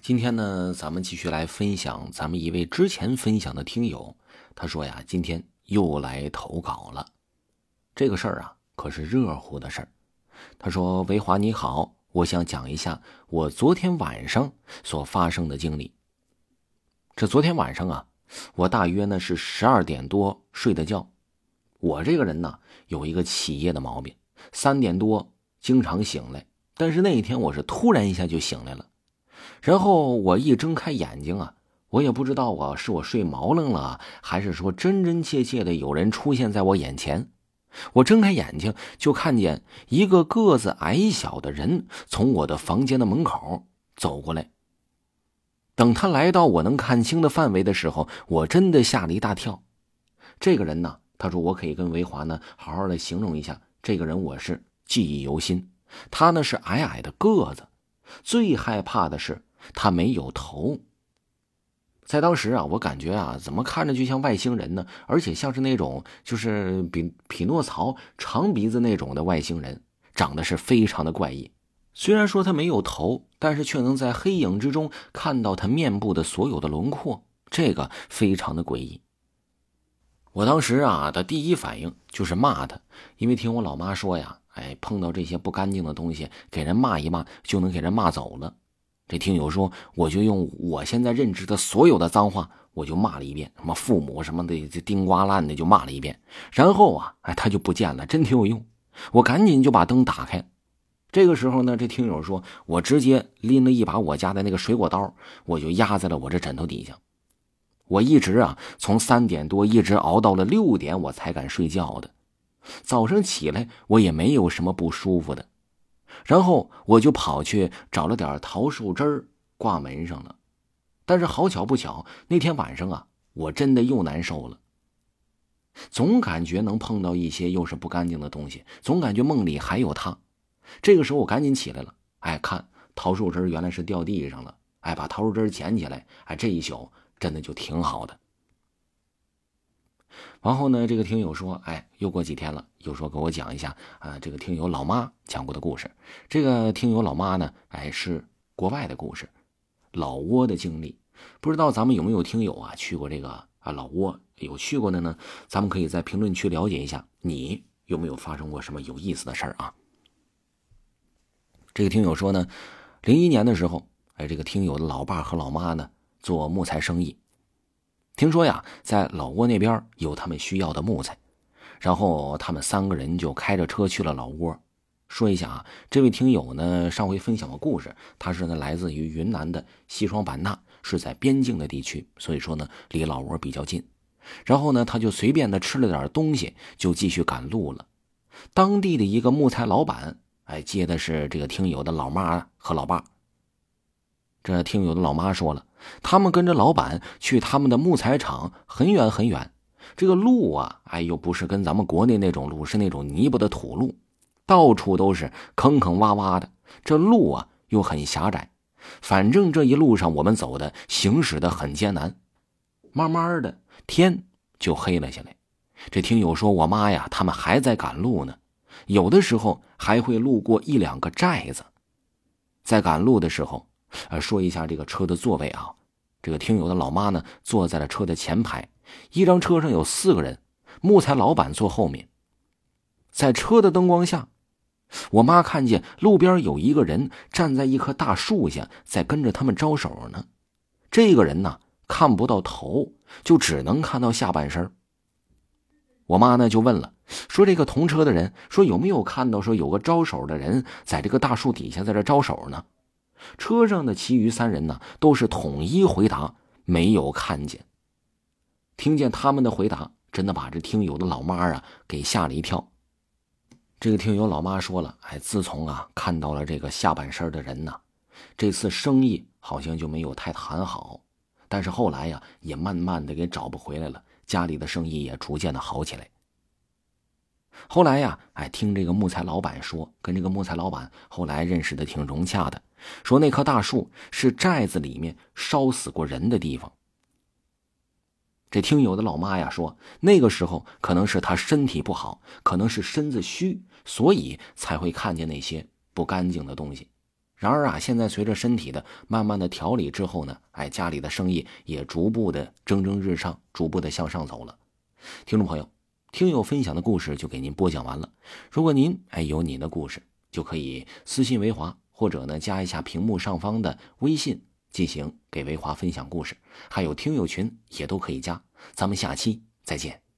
今天呢，咱们继续来分享咱们一位之前分享的听友，他说呀，今天又来投稿了。这个事儿啊，可是热乎的事儿。他说：“维华你好，我想讲一下我昨天晚上所发生的经历。这昨天晚上啊，我大约呢是12点多睡的觉。我这个人呢有一个起夜的毛病，3点多经常醒来，但是那一天我是突然一下就醒来了。然后我一睁开眼睛啊，我也不知道啊，是我睡毛愣了，还是说真真切切的有人出现在我眼前。我睁开眼睛就看见一个个子矮小的人从我的房间的门口走过来。等他来到我能看清的范围的时候，我真的吓了一大跳。这个人呢，他说我可以跟维华呢好好的形容一下，这个人我是记忆犹新。他呢是矮矮的个子，最害怕的是他没有头。在当时啊，我感觉啊，怎么看着就像外星人呢？而且像是那种就是匹诺曹长鼻子那种的外星人，长得是非常的怪异。虽然说他没有头，但是却能在黑影之中看到他面部的所有的轮廓，这个非常的诡异。我当时啊的第一反应就是骂他，因为听我老妈说呀，碰到这些不干净的东西，给人骂一骂就能给人骂走了。这听友说，我就用我现在认知的所有的脏话，我就骂了一遍，什么父母什么的，这叮呱烂的就骂了一遍。然后啊，他就不见了，真挺有用。我赶紧就把灯打开。这个时候呢，这听友说，我直接拎了一把我家的那个水果刀，我就压在了我这枕头底下。我一直啊，从3点多一直熬到了6点，我才敢睡觉的。早上起来，我也没有什么不舒服的。然后我就跑去找了点桃树枝儿挂门上了。但是好巧不巧，那天晚上啊，我真的又难受了。总感觉能碰到一些又是不干净的东西，总感觉梦里还有他。这个时候我赶紧起来了，看桃树枝原来是掉地上了，把桃树枝捡起来，这一宿真的就挺好的。然后呢，这个听友说，又过几天了，又说给我讲一下这个听友老妈讲过的故事。这个听友老妈呢，是国外的故事，老挝的经历。不知道咱们有没有听友啊去过这个老挝？有去过的呢，咱们可以在评论区了解一下，你有没有发生过什么有意思的事儿啊？这个听友说呢，01年的时候，这个听友的老爸和老妈呢做木材生意。听说呀，在老挝那边有他们需要的木材，然后他们3个人就开着车去了老挝。说一下啊，这位听友呢上回分享过故事，他是呢来自于云南的西双版纳，是在边境的地区，所以说呢离老挝比较近。然后呢他就随便的吃了点东西，就继续赶路了。当地的一个木材老板接的是这个听友的老妈和老爸。这听友的老妈说了，他们跟着老板去他们的木材厂很远很远，这个路啊，又不是跟咱们国内那种路，是那种泥巴的土路，到处都是坑坑洼洼的，这路啊又很狭窄。反正这一路上我们走的行驶的很艰难，慢慢的天就黑了下来。这听友说，我妈呀，他们还在赶路呢，有的时候还会路过1、2个寨子。在赶路的时候说一下这个车的座位啊，这个听友的老妈呢坐在了车的前排，一张车上有4个人，木材老板坐后面。在车的灯光下，我妈看见路边有一个人站在一棵大树下，在跟着他们招手呢。这个人呢看不到头，就只能看到下半身。我妈呢就问了，说这个同车的人说有没有看到说有个招手的人在这个大树底下在这招手呢？车上的其余3人呢都是统一回答没有看见。听见他们的回答，真的把这听友的老妈啊给吓了一跳。这个听友老妈说了，自从看到了这个下半身的人呢，这次生意好像就没有太谈好，但是后来呀也慢慢的给找不回来了，家里的生意也逐渐的好起来。后来呀，听这个木材老板说，跟这个木材老板后来认识的挺融洽的，说那棵大树是寨子里面烧死过人的地方。这听友的老妈呀说，那个时候可能是他身体不好，可能是身子虚，所以才会看见那些不干净的东西。 然而啊，现在随着身体的慢慢的调理之后呢，家里的生意也逐步的蒸蒸日上，逐步的向上走了。听众朋友，听友分享的故事就给您播讲完了。如果您有你的故事，就可以私信维华，或者呢加一下屏幕上方的微信进行给维华分享故事，还有听友群也都可以加。咱们下期再见。